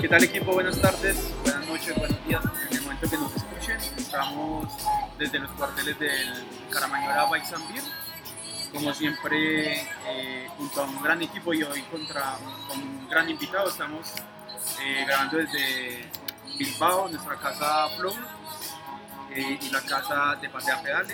tal, equipo? Buenas tardes, buenas noches, buenos días. En el momento que nos escuchen, estamos desde los cuarteles del Caramañola Bikes and Beer. Como siempre, junto a un gran equipo y hoy con un gran invitado. Estamos grabando desde Bilbao, nuestra casa Flow, y la casa de Patea Pedales.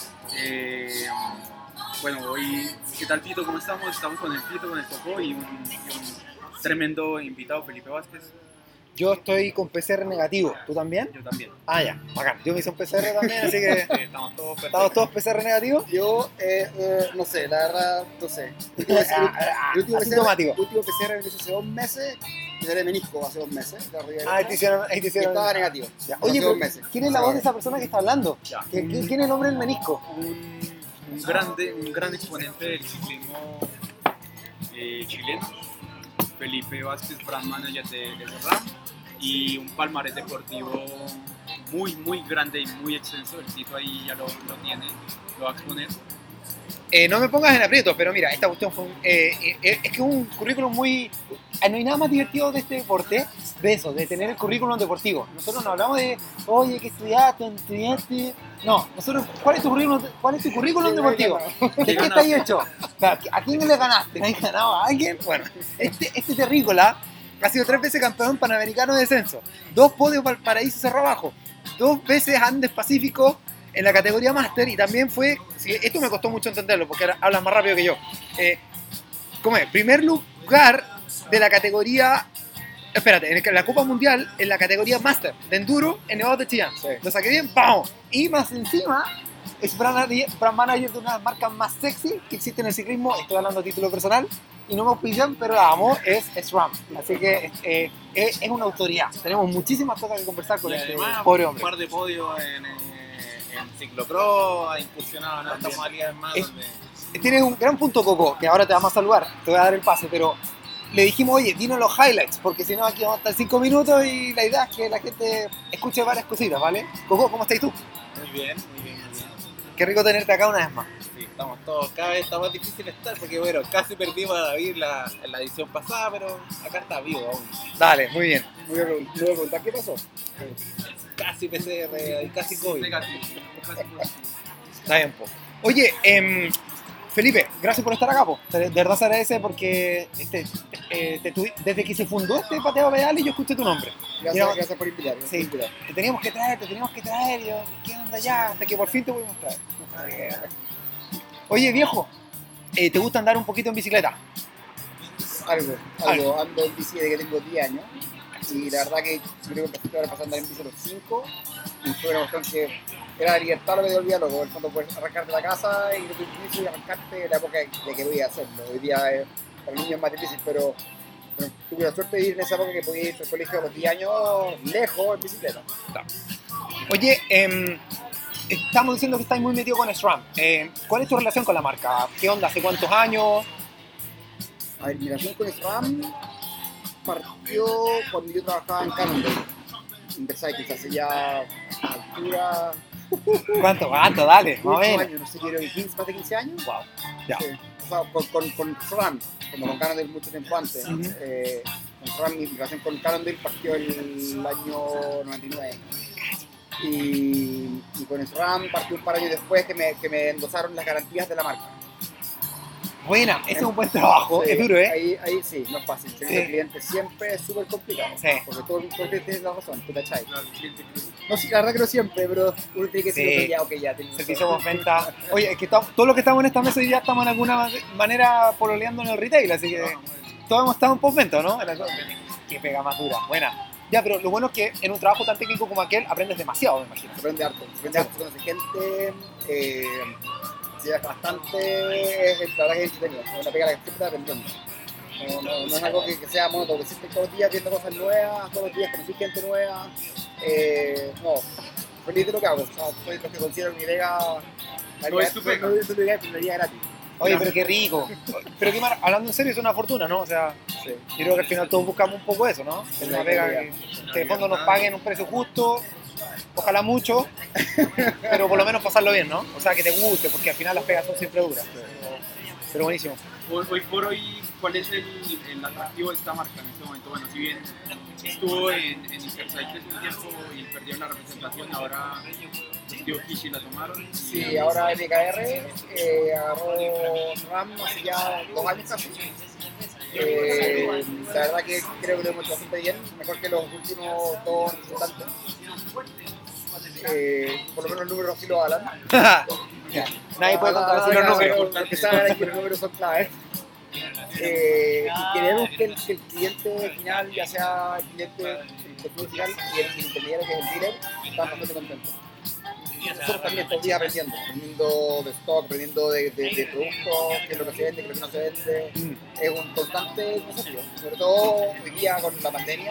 Bueno, hoy, ¿qué tal, Tito? ¿Cómo estamos? Estamos con el Tito, con el Coco y un tremendo invitado, Felipe Vázquez. Yo estoy con PCR negativo. ¿Tú también? Yo también. Ah, ya, bacán. Yo me hice un PCR también, así que Sí, estamos todos perfectos. ¿estamos todos PCR negativos? Yo, no sé, la verdad, no sé. Asintomático. El último PCR me lo hice hace 2 meses, me salió menisco hace 2 meses. Ahí te hicieron. Estaba negativo. Ya. Hace Oye, 2 pero meses. ¿quién es la voz de esa persona que está hablando? Ya. ¿Quién es el nombre del menisco? Un gran exponente del ciclismo chileno, Felipe Vázquez, brand manager de RAM, y un palmarés deportivo muy grande y muy extenso. El Tito ahí ya lo tiene, lo va a exponer. No me pongas en aprietos, pero mira, esta cuestión fue es que es un currículum muy... No hay nada más divertido de este deporte, de eso, de tener el currículum deportivo. Nosotros no hablamos de, oye, ¿qué estudiaste? No, nosotros, ¿cuál es tu currículum deportivo? ¿De qué está ahí hecho? O sea, ¿a quién le ganaste? ¿Has ganado a alguien? Bueno, este terrícola ha sido 3 veces campeón panamericano de descenso, 2 podios para el Paraíso Cerro Abajo, 2 veces Andes Pacífico en la categoría Master, y también fue, esto me costó mucho entenderlo porque hablas más rápido que yo, ¿cómo es? Primer lugar de la categoría, espérate, en la Copa Mundial en la categoría Master de Enduro en Nevado de Chillán. Sí. Lo saqué bien, ¡vamos! Y más encima es brand manager de una de las marcas más sexy que existe en el ciclismo. Estoy hablando a título personal y no me auspician, pero la amo, es SRAM. Así que es una autoridad. Tenemos muchísimas cosas que conversar con Y este además, pobre un hombre. par de podios en ciclocross, ha incursionado en otras modalidades más. Tienes un gran punto, Coco, que ahora te vamos a saludar, te voy a dar el pase, pero le dijimos, oye, dinos los highlights, porque si no aquí vamos a estar 5 minutos y la idea es que la gente escuche varias cositas, ¿vale? Coco, ¿cómo estás tú? Muy bien. Qué rico tenerte acá una vez más. Sí, estamos todos, cada vez está más difícil estar, porque bueno, casi perdimos a David en la edición pasada, pero acá está vivo aún. Dale, muy bien. Me voy a preguntar qué pasó. Casi PCR y casi COVID. Negativo. Está bien, po. Oye, Felipe, gracias por estar acá, po. De verdad se agradece porque desde que se fundó este Pateo Pedales yo escuché tu nombre. Gracias por invitarme. Sí, te teníamos que traer, yo, ¿qué onda ya? Hasta que por fin te pudimos traer. Oye, viejo, ¿te gusta andar un poquito en bicicleta? Algo. Ando en bici desde que tengo 10 años. Y la verdad que creo que ahora pasando en bici a los 5. Y fue una cuestión que era la libertad lo que te volvía loco. En el fondo puedes arrancarte de la casa y tu bici y arrancarte en la época de que podía hacerlo. Hoy día para los niños es más difícil, pero tuve la suerte de ir en esa época que podía ir al colegio a los 10 años lejos en bicicleta. Oye, estamos diciendo que estáis muy metido con SRAM. ¿Cuál es tu relación con la marca? ¿Qué onda? ¿Hace cuántos años? A ver, mi relación con SRAM partió cuando yo trabajaba en Cannondale. En Versailles, hace ya a altura... ¿Cuánto? Dale, más o 8 menos. años, no sé, quiero que más de 15 años. Wow. Ya. Sí. O sea, con SRAM, como con Cannondale mucho tiempo antes. Uh-huh. Con SRAM, mi relación con Cannondale partió el año 99. Y con SRAM partió un par de años después que me endosaron las garantías de la marca. Buena, ese es un buen trabajo, Sí, es duro, ¿eh? Ahí sí, no es fácil. Servicio al cliente siempre es súper complicado. Sí. Porque todo el cliente tiene la razón, ¿tú cachai? No, sí, la verdad que no siempre, pero uno tiene que decir, ya, tiene servicio postventa. Oye, es que todos los que estamos en esta mesa hoy día estamos en alguna manera pololeando en el retail, así que todos hemos estado en postventa, ¿no? Qué pega más dura, buena. Ya, pero lo bueno es que en un trabajo tan técnico como aquel aprendes demasiado, me imagino. Se aprende harto, conoce gente, se lleva bastante, la verdad que es entretenido, es una pega la que siempre está aprendiendo. No es algo que sea monótono, que siempre todos los días viendo cosas nuevas, todos los días conocí gente nueva. No, feliz de lo que hago, o sea, soy lo que considero mi pega. No es tu pega. No es tu pega, es gratis. Oye, pero qué rico. Pero qué hablando en serio, es una fortuna, ¿no? O sea, Sí. yo creo que al final todos buscamos un poco eso, ¿no? Es una pega que de fondo nos paguen un precio justo, ojalá mucho, pero por lo menos pasarlo bien, ¿no? O sea, que te guste, porque al final las pegas son siempre duras. pero buenísimo. Hoy por hoy, ¿cuál es el atractivo de esta marca en este momento? Bueno, si bien estuvo en Intercycles un tiempo y perdieron la representación, ahora Tío Kishi la tomaron. Sí, ahora MKR agarró RAM hace ya 2 años casi. La verdad que creo que lo hemos hecho bastante bien, mejor que los últimos 2 representantes. Por lo menos los números así lo hablan. Nadie puede contradecir los números. Porque saben que los números son claves. Y queremos que el cliente final, ya sea el cliente final y el intermediario que es el dealer, están bastante contentos. Nosotros también estamos días aprendiendo de stock, aprendiendo de productos, qué es lo que se vende, qué es lo que no se vende. Es un constante desafío. Sobre todo hoy día con la pandemia,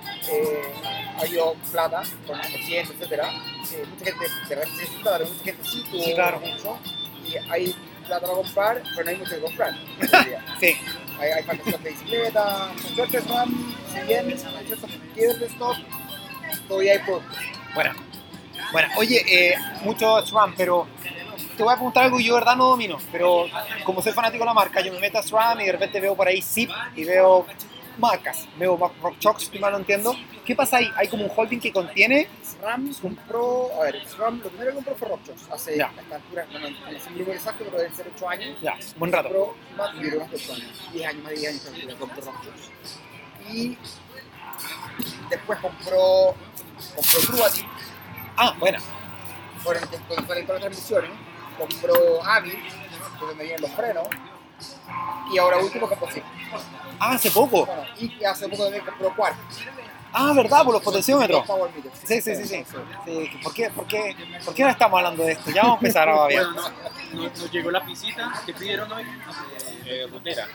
ha habido plata, con accidentes, etc. Mucha gente de repente necesita, pero mucha gente sí tuvo mucho. Y hay plata para comprar, pero no hay mucho que comprar. Sí. Hay faltas de bicicleta, con suerte RAM, si bien hay ciertos quiebres de stock, todavía hay productos. Bueno, oye, mucho SRAM, pero te voy a preguntar algo que yo de verdad no domino, pero como soy fanático de la marca, yo me meto a SRAM y de repente veo por ahí Zip y veo marcas, veo Rock Chalks, si mal no entiendo. ¿Qué pasa ahí? ¿Hay como un holding que contiene? SRAM compró, SRAM lo primero que compró fue Rock Chalks, hace a esta altura, no sé el número exacto, pero deben ser 8 años. Ya, buen rato. Compró más de 8 años, 10 años, más de 10 años que compró Rock Chalks. Y después compró Truity. Ah, buena. Bueno, cuando salen todas las transmisiones, compró Avi, que es donde vienen los frenos, y ahora último compró Zip. Ah, hace poco. Bueno, y hace poco también compró Quark. Ah, ¿verdad? Por los potenciómetros. Power meters. Sí. ¿Por qué ahora estamos hablando de esto? Ya vamos a empezar a babear. Bueno, nos llegó la visita que pidieron hoy. Rutera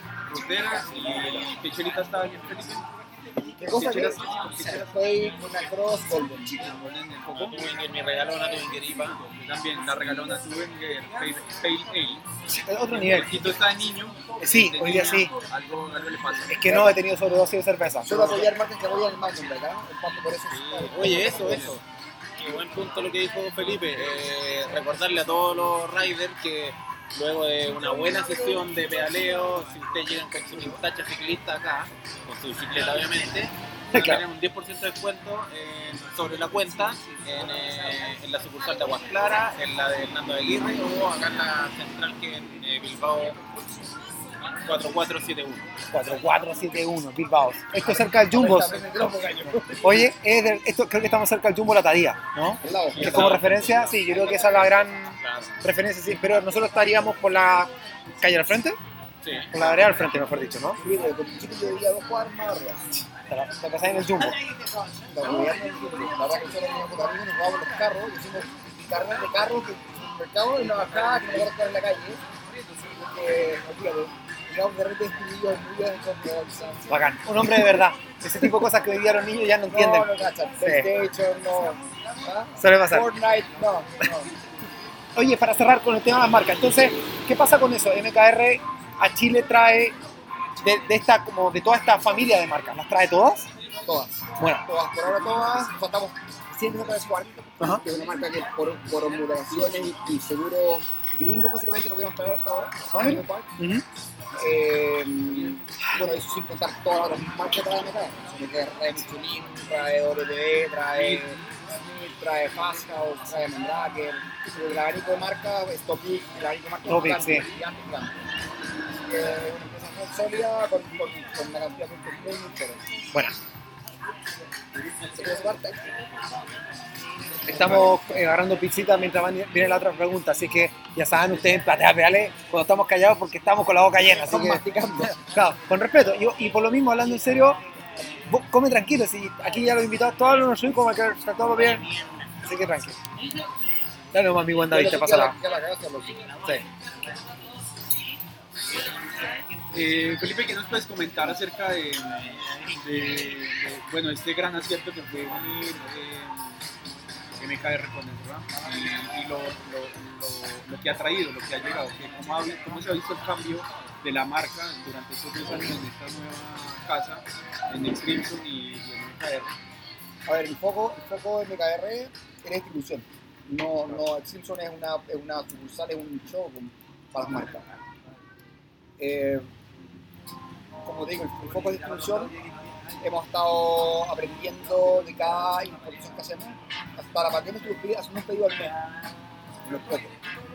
y ¿qué chelita estaba bien, Felipe? ¿Qué cosa que es? Soy una Cross Golden. Tuvinger, mi regalona, Tuvinger IPA. También la regalona Tuvinger Pale Ale. Otro nivel. El quito está de niño. Sí, hoy día sí. Algo le pasa. Es que no he tenido sobredosis de cerveza. Solo apoyar marcas que apoyan el Magnum, ¿verdad? El paso por eso. Oye, eso. Qué buen punto lo que dijo Felipe. Recordarle a todos los riders que luego de una buena sesión de pedaleo, si ustedes llegan con su pintacha ciclista acá, con su bicicleta obviamente, tienen un 10% de descuento sobre la cuenta en la sucursal de Aguas Claras, en la de Hernando de Aguirre o acá en la central que en Bilbao 4471. 4471, Bilbao. Esto es cerca del Jumbo. Oye, esto creo que estamos cerca del Jumbo La Tadía, ¿no? Que es como referencia, sí, yo creo que esa es la gran referencia, sí. Pero nosotros estaríamos por la calle al frente, Sí. por la vereda al frente, mejor dicho, ¿no? Sí, pero con el chico yo vivía 2 cuadras más arriba. Te pasáis en el Jumbo. La verdad que nosotros veníamos con amigos, nos robamos los carros, hicimos carreras de carros que en el mercado y nos bajaba, que nos iban a estar en la calle. Fíjate, digamos de repente distribuidos con bolsas. Bacán. Un hombre de verdad. Ese tipo de cosas que hoy día los niños ya no entienden. No cachan. PlayStation, no. ¿Ah? Suele pasar. Fortnite, no. Oye, para cerrar con el tema de las marcas, entonces, ¿qué pasa con eso? MKR a Chile trae de toda esta familia de marcas, ¿las trae todas? Todas. Bueno. Todas, por ahora todas. Faltamos 100 minutos de Squad, Ajá. que es una marca que por homologaciones y seguros gringos básicamente no podemos traer hasta ahora. ¿Vale? Bueno, eso sin contar todas las otras marcas que trae MKR. Trae Michelin, trae W, trae Smith, trae Fasthouse, trae Mendraker. El abanico de marcas es Topic, el abanico de marcas Topic, sí. gigante. Una empresa muy sólida con una cantidad de puntos muy chévere. Bueno, ¿Se puede parte? estamos agarrando pizzita mientras viene la otra pregunta, así que ya saben ustedes en Platea Pedales cuando estamos callados porque estamos con la boca llena. Así Estamos que, masticando. claro, con respeto. Y por lo mismo, hablando en serio, vos come tranquilo, si aquí ya los invitados todos hablan soy como que está todo bien, así que tranquilo. Dale nomás mi buen David, te pasa la... Sí. Felipe, ¿qué nos puedes comentar acerca de bueno, este gran acierto que fue unir MKR con el RAM y lo que ha traído, lo que ha llegado, cómo se ha visto el cambio de la marca durante estos 2 años en esta nueva casa, en el Crimson y en MKR? A ver, el foco de MKR es la distribución. No, el Simpson es una sucursal, es un showroom para las marcas. Como te digo, el foco de distribución, hemos estado aprendiendo de cada importación que hacemos. Hasta la pandemia estuve haciendo un pedido al mes en los productos.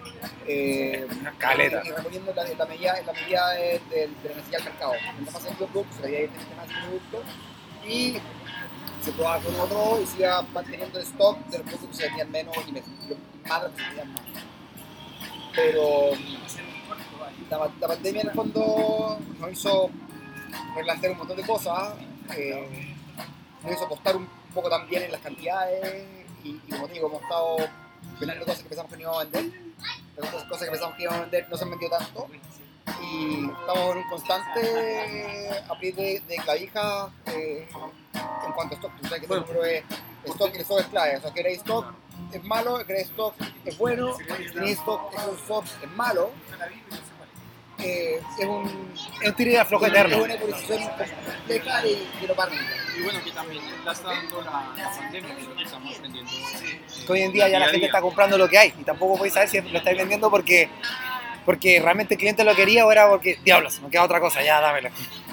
Caleta. Y reponiendo en la medida de la necesidad del mercado. No pasa en los productos, se había ido más productos y se probaba con otro y se iba manteniendo el stock de los productos que se vendían menos y más de los que se vendían más. Pero la pandemia en el fondo nos hizo replantear un montón de cosas, nos hizo apostar un poco también en las cantidades y como te digo, hemos estado vendiendo cosas que pensamos que no íbamos a vender, pero otras cosas que pensamos que íbamos a vender no se han vendido tanto y estamos en un constante apriete de clavijas en cuanto a stock. Tú sabes que el número es stock y el stock es clave, o sea, queréis stock es malo, queréis stock es bueno, tenéis stock es malo. Es un tiro de aflojo eterno. Es una posición compleja y no para nunca. Y bueno, que también la está dando la pandemia, que estamos aprendiendo. Que hoy en día ya la gente está comprando lo que hay y tampoco podéis saber si lo estáis vendiendo porque realmente el cliente lo quería o era porque, diablos, me queda otra cosa, ya dámelo.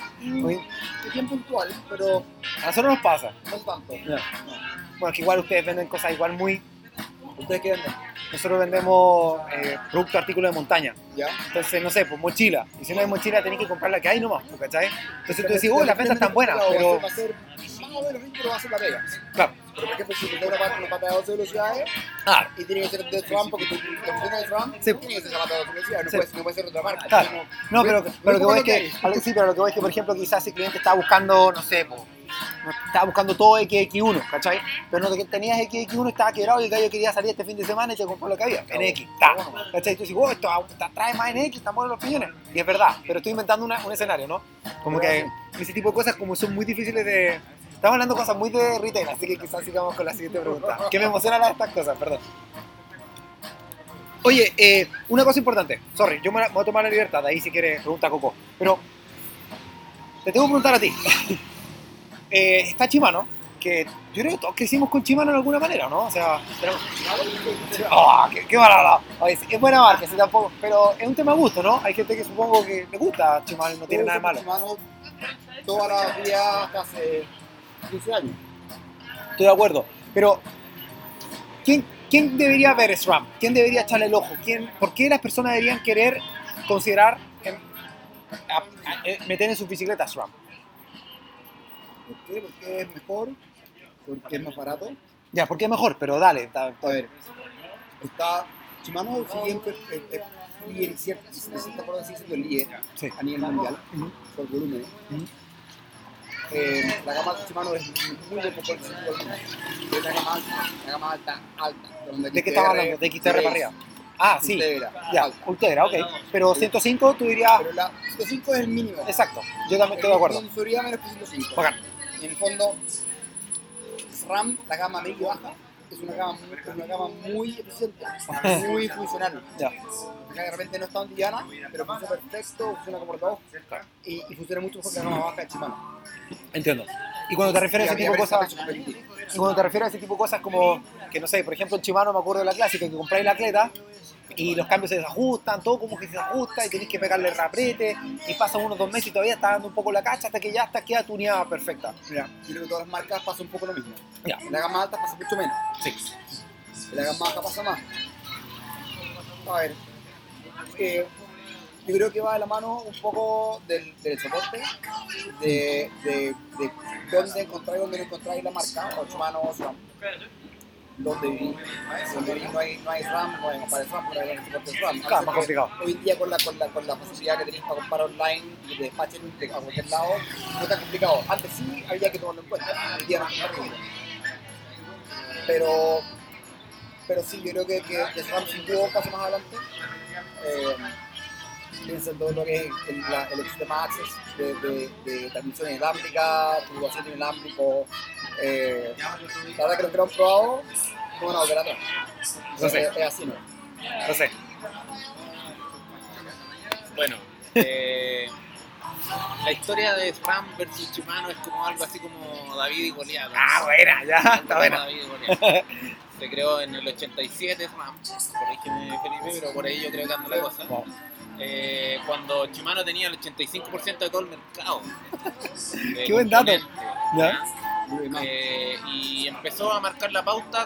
Es bien puntual, pero A nosotros nos pasa. no tanto. No. Bueno, que igual ustedes venden cosas igual muy... ¿Ustedes qué venden? Nosotros vendemos productos, artículos de montaña. ¿Ya? Entonces, no sé, pues mochila. Y si no hay mochila, tenéis que comprar la que hay nomás, ¿cachai? Entonces tú decís, las ventas están buenas, Claro, pero... va a ser más o menos rico, pero va a ser la pega. Claro. Pero por ejemplo, si te una pata de 12 velocidades Ah, y tiene que ser de SRAM porque tu funciona de SRAM, Sí. tiene que ser esa pata de 12 velocidades, Sí. no puede ser otra marca. claro. No, pero lo que voy es que... hay. Sí, pero lo que voy es que, por ejemplo, quizás el cliente está buscando, no sé, pues... Estaba buscando todo XX1, ¿cachai? Pero no tenías XX1, estaba quebrado y el gallo quería salir este fin de semana y te compró lo que había, en X, está, ¿cachai? Tú dices, esto trae más en X, están buenos los piñones. Y es verdad, pero estoy inventando un escenario, ¿no? Como que ese tipo de cosas como son muy difíciles de... Estamos hablando de cosas muy de retail, así que quizás sigamos con la siguiente pregunta. Que me emocionan estas cosas, perdón. Oye, una cosa importante, sorry, yo me voy a tomar la libertad, de ahí si quieres pregunta a Coco, pero te tengo que preguntar a ti. Está Shimano, que yo creo que todos crecimos con Shimano de alguna manera, ¿no? O sea, ¡oh, qué barata! Es buena marca, sí, tampoco, pero es un tema de gusto, ¿no? Hay gente que supongo que le gusta Shimano y no tiene nada de malo. Shimano toda la vida hasta hace 15 años. Estoy de acuerdo, pero ¿quién debería ver SRAM? ¿Quién debería echarle el ojo? ¿Por qué las personas deberían querer considerar meter en sus bicicletas SRAM? ¿Por qué? Porque es mejor, porque es más barato. Ya, porque es mejor, pero dale. A ver, está Shimano, si bien es líder, necesita por así decirlo, el líder Sí. a nivel mundial, por volumen. La gama de Shimano es muy de poco es la gama alta. ¿De qué estaba hablando? ¿De XTR para arriba? Ah, sí. Ultegra, Ya, alta. Ultegra, ok. Pero 105 tú dirías... Pero la 105 es el mínimo. Exacto, yo también estoy de acuerdo. En seguridad menos que 105. Bacán. Y en el fondo, SRAM, la gama medio baja, es una gama muy eficiente, muy funcional. Ya. De repente no es tan liviana, pero funciona perfecto, funciona como los dos y funciona mucho mejor que la gama baja de Shimano. Entiendo. Y cuando te refieres a ese tipo de cosas... Y cuando te refieres a ese tipo de cosas como, que no sé, por ejemplo en Shimano me acuerdo de la clásica, que compráis la Atleta y los cambios se desajustan, todo como que se desajusta y tenés que pegarle el reaprete y pasan unos 2 meses y todavía está dando un poco la cacha hasta que ya queda tuneada perfecta. Mira, yo creo que todas las marcas pasa un poco lo mismo. Ya. En la gama alta pasa mucho menos. Sí. En la gama baja pasa más. A ver, yo creo que va de la mano un poco del soporte, de dónde encontráis, dónde no encontráis la marca, o Shimano o SRAM. Donde viví no hay SRAM, no hay para SRAM, pero hay soporte SRAM. Claro, más complicado. Hoy en día con la facilidad que tenéis para comprar online y te despachen a cualquier lado, no es tan complicado. Antes sí había que tomarlo en cuenta, hoy día no es tan terrible. Pero sí, yo creo que SRAM sin duda un paso más adelante. Piensa en todo lo que es el ecosistema Access de transmisión inalámbrica, publicación inalámbrico. La verdad que los que lo han probado no van a volver atrás. No sé. Es así, ¿no? No sé. Bueno, la historia de SRAM versus Shimano es como algo así como David y Goliat. Ah, buena, ya, está buena. David y Goliat. Se creó en el 87 SRAM, corrígeme Felipe, pero por ahí yo creo que anda la cosa. Wow. cuando Shimano tenía el 85% de todo el mercado. Qué buen dato. componentes, ¿Ya? y empezó a marcar la pauta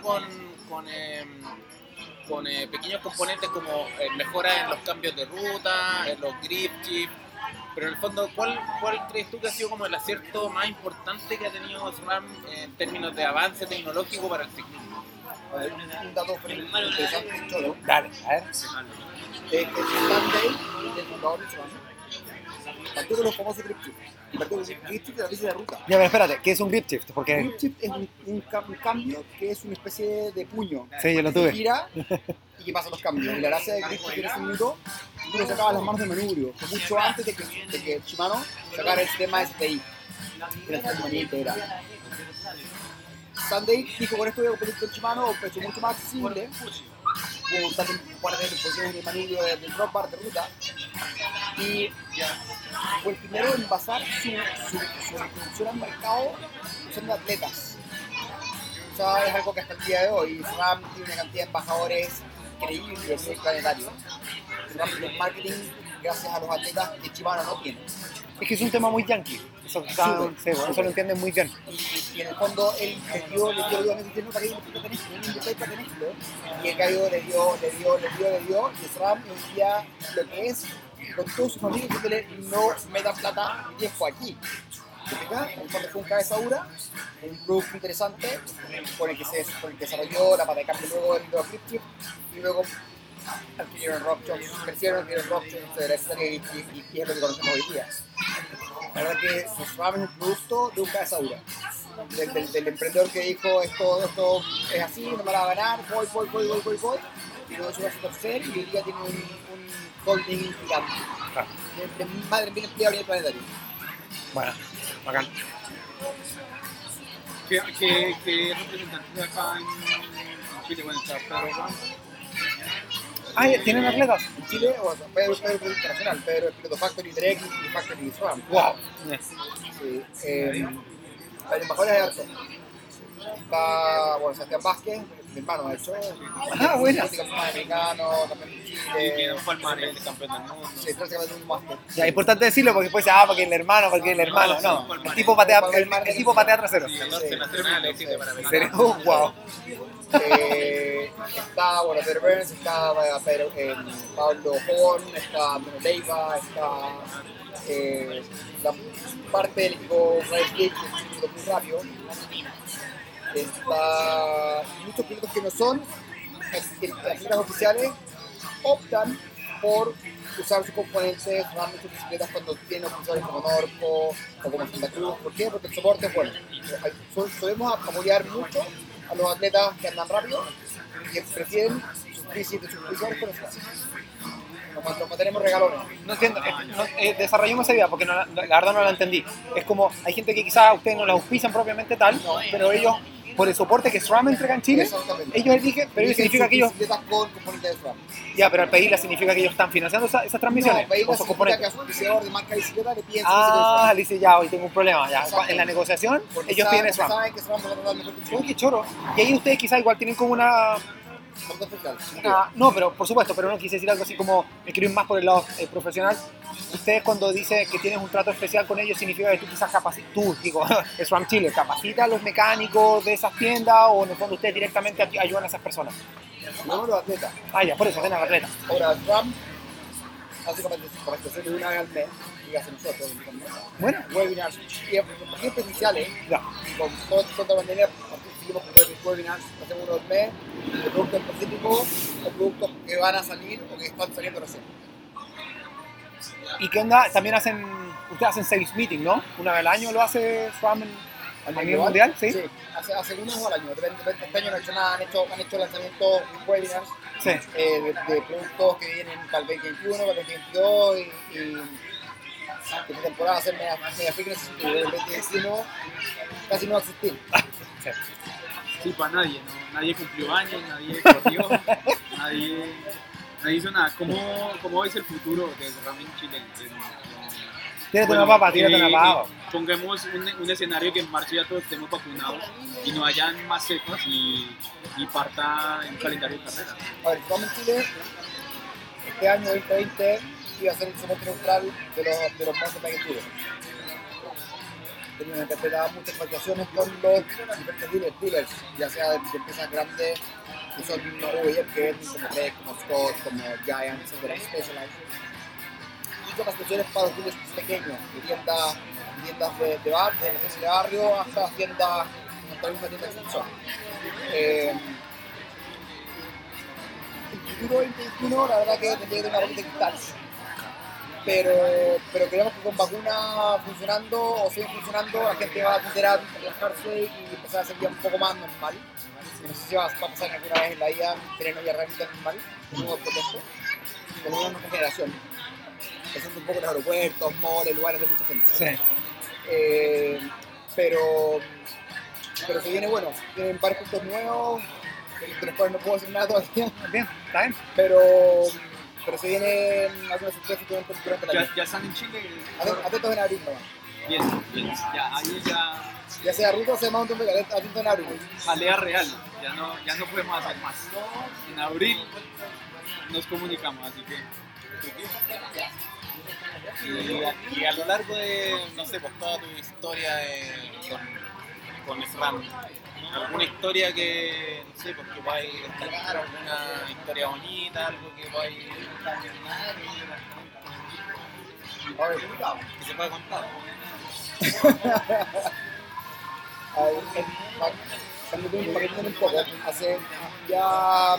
con pequeños componentes como mejoras en los cambios de ruta, en los grip chips. Pero en el fondo, ¿cuál crees tú que ha sido como el acierto más importante que ha tenido SRAM en términos de avance tecnológico para el ciclismo? A ver, un dato interesante, choro. Dale, a ver. El Sunday del fundador de SRAM partió de los famosos grip chips. Y partió de los grip chips de la bici de ruta. Ya, pero espérate, ¿qué es un grip shift? Porque... Grip chip es un cambio que es una especie de puño. Sí, yo lo Que tuve. gira y que pasa los cambios. Y la gracia del grip chip en ese minuto, tú lo sacabas las manos de manubrio. Fue mucho antes de que Shimano sacara el sistema STI. Que era el manía integrada. Sunday dijo: con esto voy a competir con Shimano, un precio mucho más accesible. Puedo usar un par de posiciones en el manubrio del drop bar de ruta. Y fue el primero en basar su introducción al mercado usando atletas. O sea, es algo que hasta el día de hoy SRAM tiene una cantidad de embajadores increíble a nivel planetario. SRAM tiene un marketing gracias a los atletas que Shimano no tiene. Es que es un tema muy yankee. Eso, eso lo entienden muy bien. Y en el fondo él le dio obviamente diciendo: ¿para qué tenés esto? No invertáis para tener esto. Y el gallo le dio, y SRAM hoy día lo que es, con todos sus amigos, diciéndole: no metan plata y tiempo aquí. ¿Te fijas? En el fondo fue un cabeza dura, un producto interesante con el que se desarrolló la pata de cambio luego del grip chip, y luego adquirieron Rockshocks, crecieron, adquirieron Rockshocks, etcétera, y es lo que conocemos hoy día. La verdad que SRAM es un producto de un cabeza dura. Del emprendedor que dijo: esto es así, no me la va a ganar, voy, y luego se va a torcer, y hoy día tiene un holding gigante. Más de 1000 empleados a nivel planetario. Bueno, bacán. ¿Qué representantes acá en Chile? Bueno, está Pedro Ramos. Ah, ¿tienen atletas? En Chile, o sea, Pedro es internacional, Pedro es piloto Factory Direct y Factory SRAM. Wow. Sí, hay embajadores de harto. Está, bueno, Sebastián Vázquez, mi hermano, de hecho. Ah, buena. Campeón americano, campeón de Y Chile. tienen Palmares. El campeón del mundo. Sí, prácticamente un máster. Ya, es importante decirlo porque después porque el hermano, No, el tipo patea, el tipo patea trasero. 14 nacionales, sí, para ¿En serio? Wow. Está, bueno, Peter Burns, está Pablo Horn, está Bruno Leiva, está la parte del equipo Race Gate, que es un piloto muy rápido. Está muchos pilotos que no son atletas oficiales, optan por usar sus componentes, usar muchas bicicletas cuando tienen oficiales como Norco o como Santa Cruz. ¿Por qué? Porque el soporte es bueno. Solemos apoyar mucho a los atletas que andan rápido y prefieren sus bicis de sus oficiales con eso. Nos mantenemos regalones. No entiendo, desarrollemos esa idea porque la verdad no la entendí. Es como, hay gente que quizás ustedes no la auspician propiamente tal, pero ellos, por el soporte que SRAM entrega en Chile, ellos eligen, pero eso significa que ellos... bicicletas con componentes de SRAM. Ya, pero al pedirla significa que ellos están financiando esas transmisiones. No, pedirla o esos significa que componentes. a su auspiciador de marca de bicicleta le piden su Ah, bicicleta le dice ya, hoy tengo un problema. Ya. Exacto. En la negociación, porque ellos piden saben, SRAM. saben que SRAM va a tratar mejor que Uy, su qué choro. Y ahí ustedes quizás igual tienen como una... No, pero por supuesto, pero no quise decir algo así como me quiero ir más por el lado profesional. Ustedes cuando dicen que tienes un trato especial con ellos significa que tú quizás SRAM Chile, capacita a los mecánicos de esas tiendas o en el fondo ustedes directamente ayudan a esas personas. No, los atletas. Ah, ya, por eso, ven a la atleta. Ahora, SRAM hace capacitaciones una vez al mes, y hace nosotros, Bueno, webinars, y presenciales, ya. con toda la manera, seguimos con webinars, hacemos unos mes, de productos específicos o productos que van a salir o que están saliendo recién. ¿Y qué onda? También ustedes hacen sales meeting, ¿no? Una vez al año lo hace SRAM a nivel mundial, ¿sí? Sí, hace unos al año. Este año no han hecho nada, han hecho lanzamientos de webinars Sí. de productos que vienen para el 2021, para el 2022 y esta temporada va a ser media fitness y el 2021 casi no va a existir. Sí, para nadie, ¿no? Nadie cumplió años, nadie corrió, nadie hizo nada. ¿Cómo ves el futuro de SRAM en Chile? Tírate una papa, tírate una papa. Pongamos un escenario que en marzo ya todos estemos vacunados y no hayan más cepas y parta en calendario de carrera. A ver, SRAM en Chile, este año 2020 iba a ser el soporte neutral de los mods de Packet Tour. Teníamos que interpretar muchas variaciones con los diferentes dealers, ya sea de empresas grandes que son OEM que venden como Beck, como Scott, como Giant, etc. Specialized. Y capacitaciones para los dealers pequeños, de tiendas de barrio, de negocios de barrio, hasta tiendas, hasta la misma tienda de extensión. El futuro 2021, la verdad que tendría que tener una bolita de cristal. Pero creemos que con vacunas funcionando o siguen funcionando, la gente va a tender a relajarse y empezar a sentir un poco más normal. No sé si va a pasar alguna vez en la vida tener una realmente normal, un nuevo protesto, por lo menos nuestra generación. Presenta un poco los aeropuertos, malls, lugares de mucha gente. Sí. Pero se viene bueno, tienen varios puntos nuevos, de los cuales no puedo decir nada todavía. Bien, está bien. Pero se vienen algunas sorpresas durante la vida. Ya están en Chile. Atentos en abril nomás. Bien, ya, ahí ya Ya sea ruta o sea Mountain Bike, atentos en abril. jalea real, ya no podemos hacer más. En abril nos comunicamos, así que Y a lo largo de, no sé, pues toda tu historia con SRAM, alguna historia que, no sé, pues que podáis destacar, alguna historia bonita, algo que podáis A ver, que se pueda contar. para que entiendan un poco, hace ya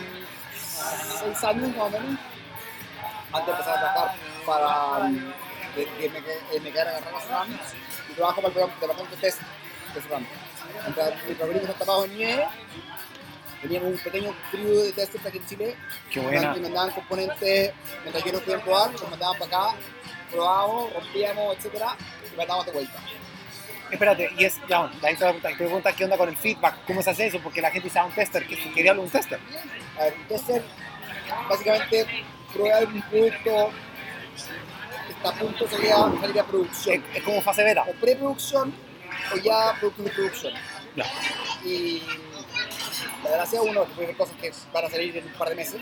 6 años más o menos, antes de empezar a trabajar para que me quedara agarrado a SRAM, y trabajo para el departamento de test de SRAM. Mientras mis favoritos están tapados en nieve, teníamos un pequeño crew de testers aquí en Chile. Qué buena. Y mandaban componentes, mientras yo no podía probar, los mandaban para acá, probábamos, rompíamos, etc. Y mandábamos de vuelta. Espérate, y es, ya, bueno, ahí te preguntas qué onda con el feedback, cómo se hace eso, porque la gente dice un tester, que quería hablar un tester. A ver, un tester básicamente prueba un producto que está a punto de salir a producción. Es como fase beta. O preproducción o ya productos de producción. Ya. Y la gracia uno puede ver cosas que van a salir en un par de meses,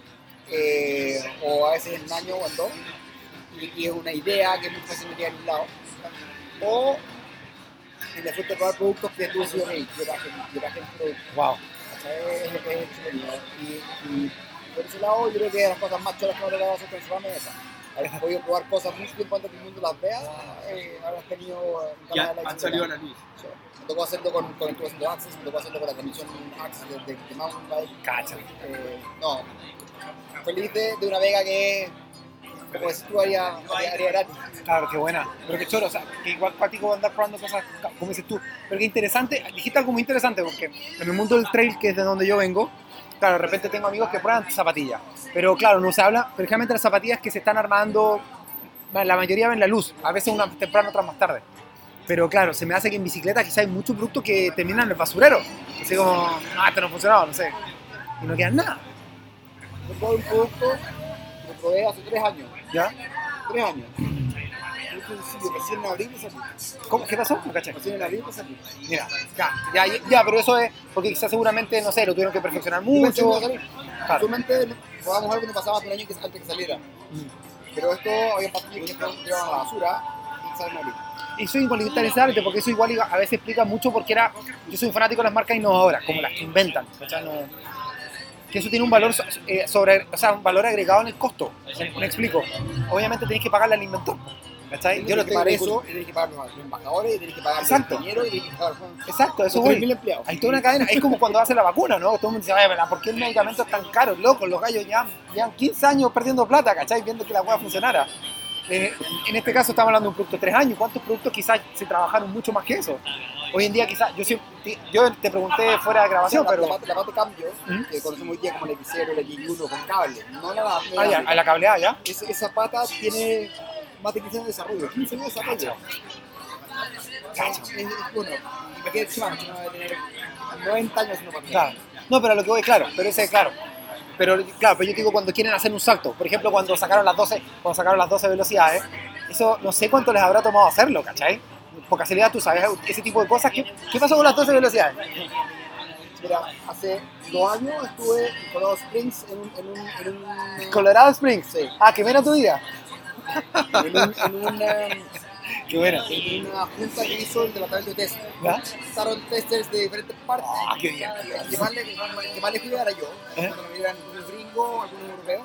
o a veces en un año o en dos, y es una idea que muchas veces me queda en un lado. O en efecto de probar productos que tú decides, hey, yo traje el producto. Wow. Es lo que es entretenido. Y por ese lado yo creo que las cosas más choras que me ha tocado hacer con SRAM es esa. Haber podido probar cosas mucho tiempo antes que el mundo las vea, habrás tenido ya han salido a la luz. Sí. Me tocó hacerlo con el tubo de Access, me tocó hacerlo con la comisión Access de Mountain Bike. Cacha. No, feliz de una vega que, como decís tú, haría gratis. Claro, qué buena. Pero qué choro, o sea, que igual cuático andar probando cosas, como dices tú. Pero qué interesante, dijiste algo muy interesante, porque en el mundo del trail, que es de donde yo vengo, claro, de repente tengo amigos que prueban zapatillas. Pero claro, no se habla, pero generalmente las zapatillas que se están armando, la mayoría ven la luz, a veces unas temprano, otras más tarde. Pero claro, se me hace que en bicicleta quizá hay muchos productos que terminan en el basurero. Así como, no, esto no funcionaba, no sé. Y no quedan nada. Yo probé un producto que lo probé hace 3 años. ¿Ya? 3 años. Recién en abril y salí. ¿Cómo? ¿Qué pasó? ¿Me caché? Recién en abril y salí. Mira, ya, pero eso es porque quizás seguramente, no sé, lo tuvieron que perfeccionar mucho. Claro. Usualmente probamos algo que no pasaba hace un año antes que saliera. Pero esto había pastillas que llevaban a la basura y salen a abril. Y eso es igual interesante porque eso igual a veces explica mucho porque yo soy un fanático de las marcas innovadoras, como las que inventan, ¿cachai? Que eso tiene un valor un valor agregado en el costo. ¿Me explico? Obviamente tenés que pagarle al inventor, ¿cachai? Yo lo que pagar eso, y tenés que pagar a los embajadores, y tenés que pagar a los Exacto. ingenieros, y tenés que pagar Exacto, eso los voy. 3.000 empleados. Hay toda una cadena, es como cuando hacen la vacuna, ¿no? Todo el mundo dice, ay, ¿por qué el medicamento es tan caro? Loco, los gallos llevan 15 años perdiendo plata, ¿cachai? Viendo que la hueá funcionara. En este caso estamos hablando de un producto de 3 años. ¿Cuántos productos quizás se trabajaron mucho más que eso? Hoy en día quizás, yo te pregunté fuera de grabación, pero... La pata de cambio, que conocemos hoy día como el X0, el X1 con cable, no la a la cableada, ¿ya? Esa pata tiene más de 15 años de desarrollo, 15 años de desarrollo. Bueno, y me quedé encima, no va a tener 90 años si no pasa. Claro. No, pero a lo que voy, claro, pero ese, claro. Pero yo te digo cuando quieren hacer un salto, por ejemplo cuando sacaron las 12 velocidades, eso no sé cuánto les habrá tomado hacerlo, ¿cachai? Por casualidad tú sabes ese tipo de cosas. ¿Qué pasó con las 12 velocidades? Mira, hace 2 años estuve en Colorado Springs en un... Colorado Springs. Sí. Ah, qué menos tu vida. Qué buena. En una junta que hizo el departamento de test. ¿Ya? Estaban testers de diferentes partes. Ah, qué bien. El que más le cuidaba era yo. Cuando me iban algunos gringos, algunos europeos.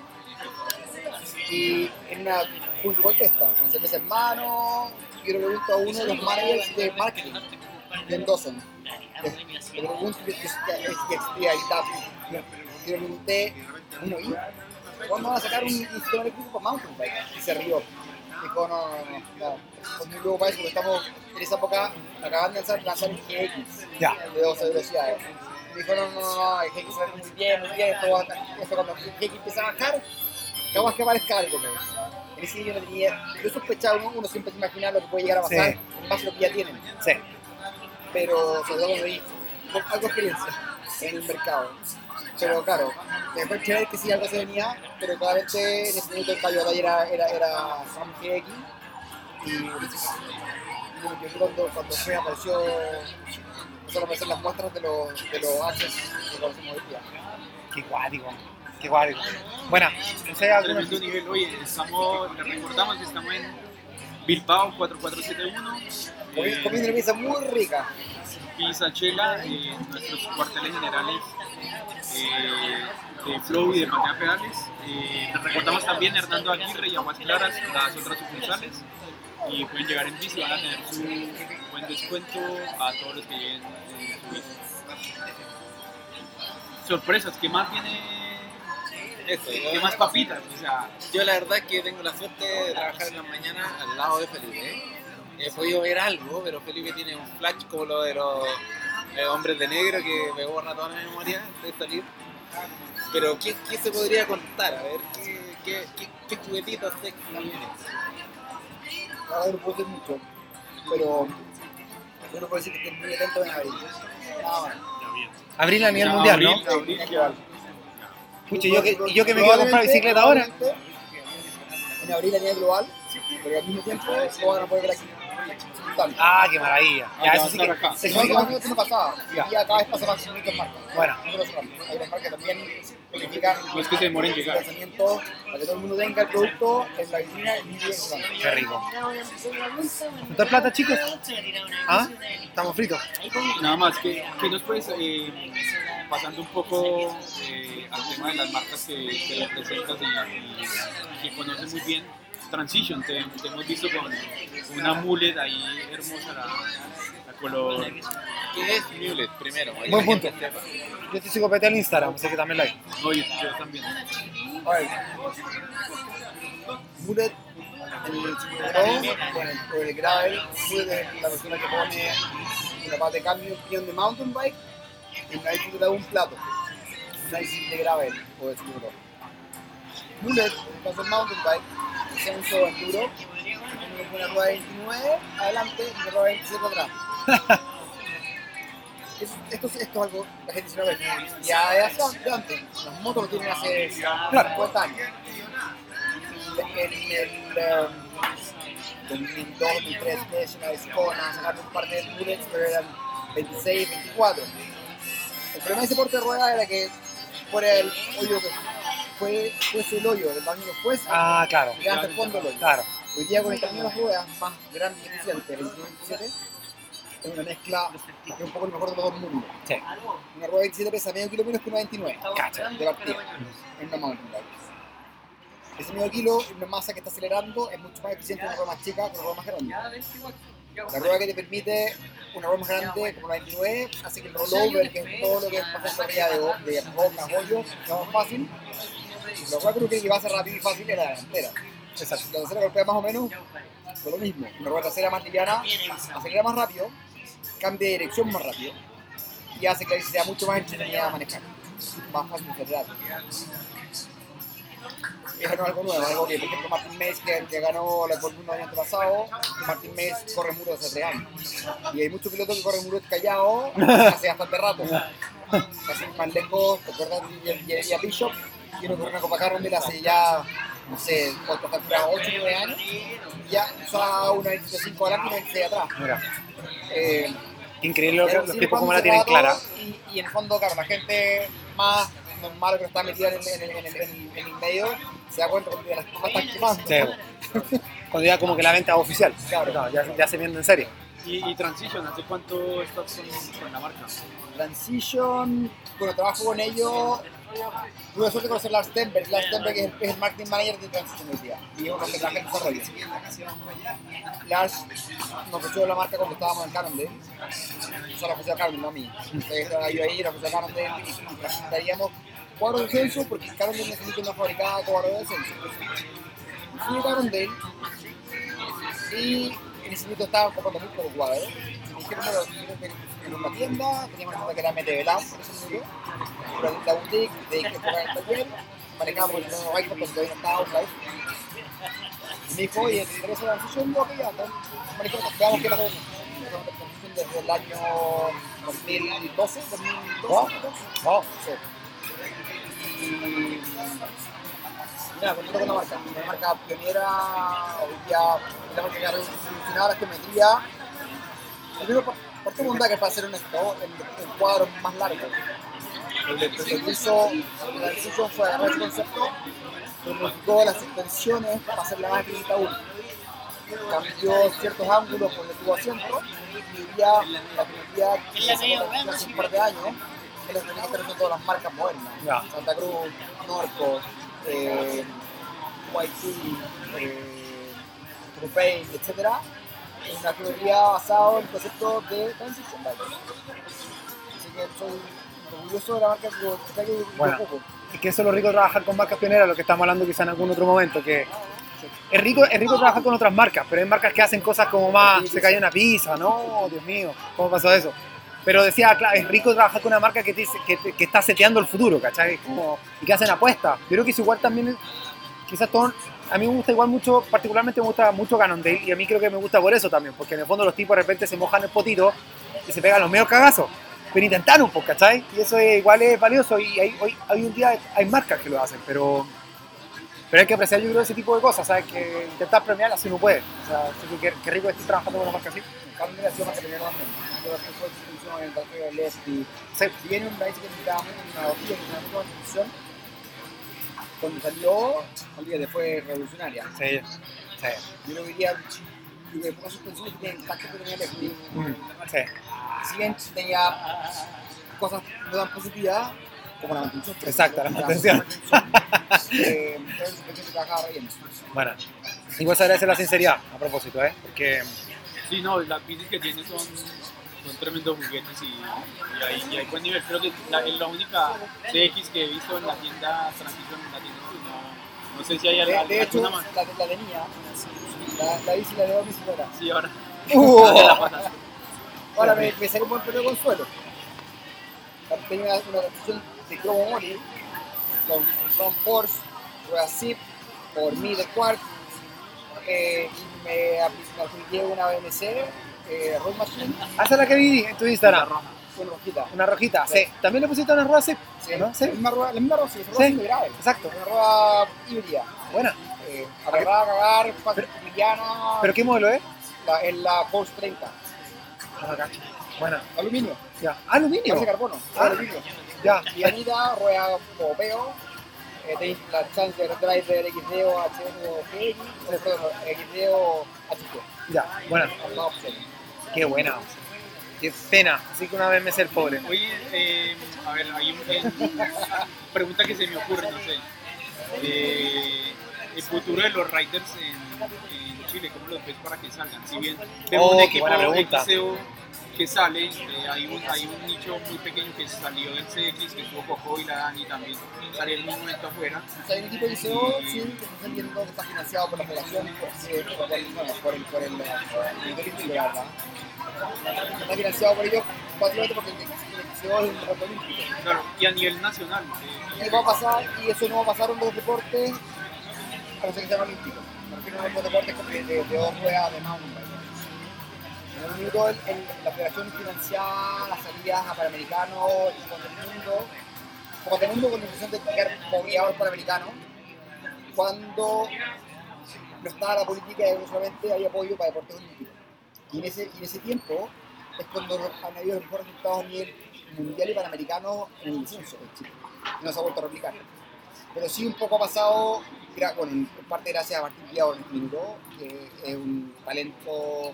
Y en una junta con testa, con cerveza en mano, yo le pregunto a uno de los managers de marketing de Dawson. Le pregunto que y le pregunté, ¿cuándo van a sacar un sistema eléctrico para mountain bike? Y se rió. Dijo, no, es muy luego para eso, porque estamos en esa época, acaban de lanzar el GX Ya. de 12 velocidades. Me dijo, no, el GX va muy bien, esto cuando el GX empieza a bajar, acabas que va a escalar, en ese yo no tenía, yo sospechaba, uno siempre se imagina lo que puede llegar a pasar, en base a lo que ya tienen. Sí. Pero sobre todo me di algo de experiencia en el mercado. Pero claro, después creer que sí algo se venía, pero claramente en ese momento el caballo de batalla era Sam GX. Y yo cuando se apareció, empezaron a aparecer las muestras de los access que conocemos hoy día. Qué cuático. Qué cuático. Bueno, no sé, algunos... Tremendo nivel. Oye, les recordamos que estamos en Bilbao 4471. Comiendo una pizza muy rica. Pizza Chela, nuestros cuarteles generales de Flow y de Patea Pedales. Les recordamos también Hernando Aguirre y Aguas Claras, las otras sucursales. Y pueden llegar en bici, van a tener su buen descuento a todos los que lleguen en su bici. Sorpresas, ¿qué más viene? ¿Qué más papitas? O sea, Yo la verdad es que tengo la suerte de trabajar en las mañanas al lado de Felipe. He podido ver algo, pero Felipe tiene un flash como lo de los hombres de negro que me borra toda la memoria de salir. Pero ¿qué se podría contar? A ver, ¿qué juguetitos sexy vienen? La verdad no puedo decir mucho, pero yo no puedo decir que estoy muy atento en abril. Nada más. Abril a nivel mundial, ¿no? abril, ya. Pucha, y yo que me quiero comprar bicicleta ahora. En abril a nivel global, pero al mismo tiempo lo van a poder ver aquí. Ah, qué maravilla. Ya, eso sí que... acá. eso sí No, que- no pasaba. Ya. Y cada vez pasa más muchas marcas. Bueno. Hay una marca que también verifica No es que se demoren en el llegar. lanzamiento para que todo el mundo tenga el producto en la vitrina y bien. Qué rico. ¿Dos plata, chicos? ¿Ah? Estamos fritos. Nada más, que nos puedes, pasando un poco al tema de las marcas que representas y que conoces muy bien, Transition, te hemos visto con una mullet ahí hermosa, la color. ¿Qué es Mulet primero? Buen punto. Yo te sigo PT en Instagram, así que también lo hay. Oye, yo también. A ver. Bullet, el Super con el gravel, Bullet es la persona que pone una parte de cambio en de mountain bike y una bici que da un plato. Una bici de gravel o de Super Bullet, en el caso del mountain bike, descenso enduro, una rueda de 29 adelante y una rueda de 27 atrás. Esto es algo que la gente se lo ve. Ya de hace antes, las motos lo tienen hace 50 años. En el 2002, 2003, National Kona, sacaron un par de bullets, pero eran 26, 24. El problema de ese porte de rueda era que fuera el hoyo que fuese el hoyo, del tamaño que fuese, Ah, claro. y hasta el fondo del hoyo. Claro. Hoy día con el tamaño de las ruedas más grande y eficiente, el 27, es una mezcla que es un poco lo mejor de los dos mundos. Sí. Una rueda 27 pesa medio kilo menos que una 29 Cacha. de partida en una mountain bike. Ese medio kilo, una masa que está acelerando, es mucho más eficiente que una rueda más chica que una rueda más grande. La rueda que te permite una rueda más grande como la 29 hace que el rollover, que es todo lo que es pasar por arriba de rocas, hoyos, sea más fácil. La rueda creo que va a ser rápido y fácil es la delantera. Exacto. La trasera golpea más o menos con lo mismo. Una rueda trasera más liviana acelera más rápido, cambia de dirección más rápido y hace que la bici sea mucho más entretenida a manejar, más fácil de acelerar. Eso no es algo nuevo, es algo que, por ejemplo, Martin Mays, que ganó la Fórmula 1 el año antepasado, Martin Mays corre muros hace 3 años. Y hay muchos pilotos que corren muros callados hace bastante rato. Así más lejos, ¿te acuerdas de Jeremy Bishop? Quiero correr una Copa Carmen hace ya, no sé, cuánto está 8 o 9 años. Y ya usa una 25 adelante y una 26 atrás. Mira. Increíble Pero los sí, tipos como cuando la tienen se clara. trata, y en el fondo, claro, la gente más normal que está metida en el medio se da cuenta que las cosas están quemando. Sí. Cuando ya como que la venta es oficial. Claro. No, ya se vende en serio. Y Transition, ¿hace cuánto estás con la marca? Transition, bueno, trabajo con ellos. Tuve suerte de conocer a Lars Stenberg. Lars Stenberg es el marketing manager de Transition hoy día. Y es uno que trabaja en desarrollo. Lars nos ofreció la marca cuando estábamos en Cannondale. Yo se la ofreció a Carmen, no a mí. Entonces estaba yo ahí, la ofreció a Cannondale y necesitaríamos cuadros de censo porque Cannondale necesita una fabricada de cuadros de censo. Fui a Cannondale y en ese momento estaba comprando muy pocos cuadros. Me dijeron, bueno, en una tienda, teníamos una tienda que era Metebelam, por ese momento. La boutique, de que fuera en el taller, manejábamos el nuevo iPhone porque todavía no estaba online. Y me dijo, oye, ¿te interesa la transición? No, que ya, manejamos, veamos qué era la transición desde el año 2012, 2012. Wow. Sí. Y nada, conecto con la marca. Una marca pionera, hoy día, una marca que ha revolucionado la geometría. Primero, partimos un que para hacer un cuadro más largo. Lo que hizo la decisión fue agarrar ese concepto, modificó las suspensiones para hacerla más finita aún. Cambió ciertos ángulos con el tubo asiento y hoy día la geometría que hace un par de años es la geometría que están usando todas las marcas modernas. Ya. Santa Cruz, Norco, YT, Trupain, etc. Es una geometría basada en el concepto de transition light. Así que soy orgulloso de la marca que Bueno. ocupo. Es que eso es lo rico de trabajar con marcas pioneras, lo que estamos hablando quizá en algún otro momento, que es rico trabajar con otras marcas, pero hay marcas que hacen cosas como más, se cayó una pizza, no, Dios mío, ¿cómo pasó eso? Pero decía, claro, es rico trabajar con una marca que está seteando el futuro, ¿cachai? Y que hacen apuestas. Yo creo que es igual también, quizás todo, a mí me gusta igual mucho, particularmente me gusta mucho Cannondale, y a mí creo que me gusta por eso también, porque en el fondo los tipos de repente se mojan el potito y se pegan los medios cagazos. Pero intentaron, pues, ¿cachai? Y eso igual es valioso y hoy en día hay marcas que lo hacen, pero hay que apreciar, yo creo, ese tipo de cosas, ¿sabes? Que intentar premiarlas si uno puede. O sea, qué rico es trabajando con una marca así. Cambio ha sido más que primero también. Yo creo que fue distribución en el Parque de Lesti. Si bien un país que necesitaba una hojilla y una nueva distribución, cuando salió, olvídate, fue revolucionaria. Sí, sí. Yo lo diría, que pocas suspensiones que tienen tacto que tenía Lesti. Sí. Si bien tenía cosas no tan positivas, como la mantención. Exacto, la mantención. Entonces, se trabajaba bien. Bueno, igual se agradece la sinceridad, a propósito, ¿eh? Porque Sí, no, las bicis que tiene son tremendos juguetes y hay buen nivel. Creo que es la única CX que he visto en la tienda Transition, en la tienda, no sé si hay De hecho, alguna más. la tenía, la bici la debo a mi señora. Sí, ahora. Ahora me salió un buen periodo de consuelo. Tenía una transición de cromo Mori con front force, rueda zip, por mí de Quark, y me apliqué una BMC, Road Machine, esa es la que vi en tu Instagram. con rojita. Una rojita, sí. ¿También le pusiste una rueda así? Sí, ¿No? Sí. la misma rueda, sí, rueda Sí. sí. grave. Exacto. Una rueda híbrida. Buena. Agarrada a cagar, fácil liviana. ¿Pero qué modelo es? Es la Force 30. No la cacho. Buena. Aluminio. Ya. Aluminio. Base de carbono. Ah. Aluminio. Ya. Livianita, rueda popeo. Tenéis la chance de driver XDO, HDO, XDO, HT. Ya. Buena. Las opciones. Qué buena. Qué pena. Así que una vez me sé el pobre. Oye, a ver, hay una pregunta que se me ocurre, no sé. El futuro de los riders en Chile, ¿cómo los ves para que salgan? Si bien vemos un qué equipo buena pregunta. XCO que sale, hay un nicho muy pequeño que salió del CX, que estuvo Coco y la Dani también, salió en un momento afuera. O sea, hay un equipo de ICO, sí, que está saliendo, que está financiado por la federación, por el Olímpico, la verdad. Está financiado por ellos, básicamente porque el ICO es un deporte olímpico. Claro, y a nivel nacional. Y va a pasar, y eso no va a pasar en los deportes, a no ser que sean olímpicos. Me refiero a los deportes de dos ruedas de mountain bike. En el minuto la federación financiaba las salidas a Panamericanos y con el mundo con la intención de crear movilidad Panamericano, cuando no estaba la política de que solamente hay apoyo para deportes olímpicos. Y en ese tiempo es cuando han habido los mejores resultados a nivel mundial y panamericano en el descenso en Chile. Y no se ha vuelto a replicar. Pero sí un poco ha pasado, bueno, en parte gracias a Martín Piado en este minuto, que es un talento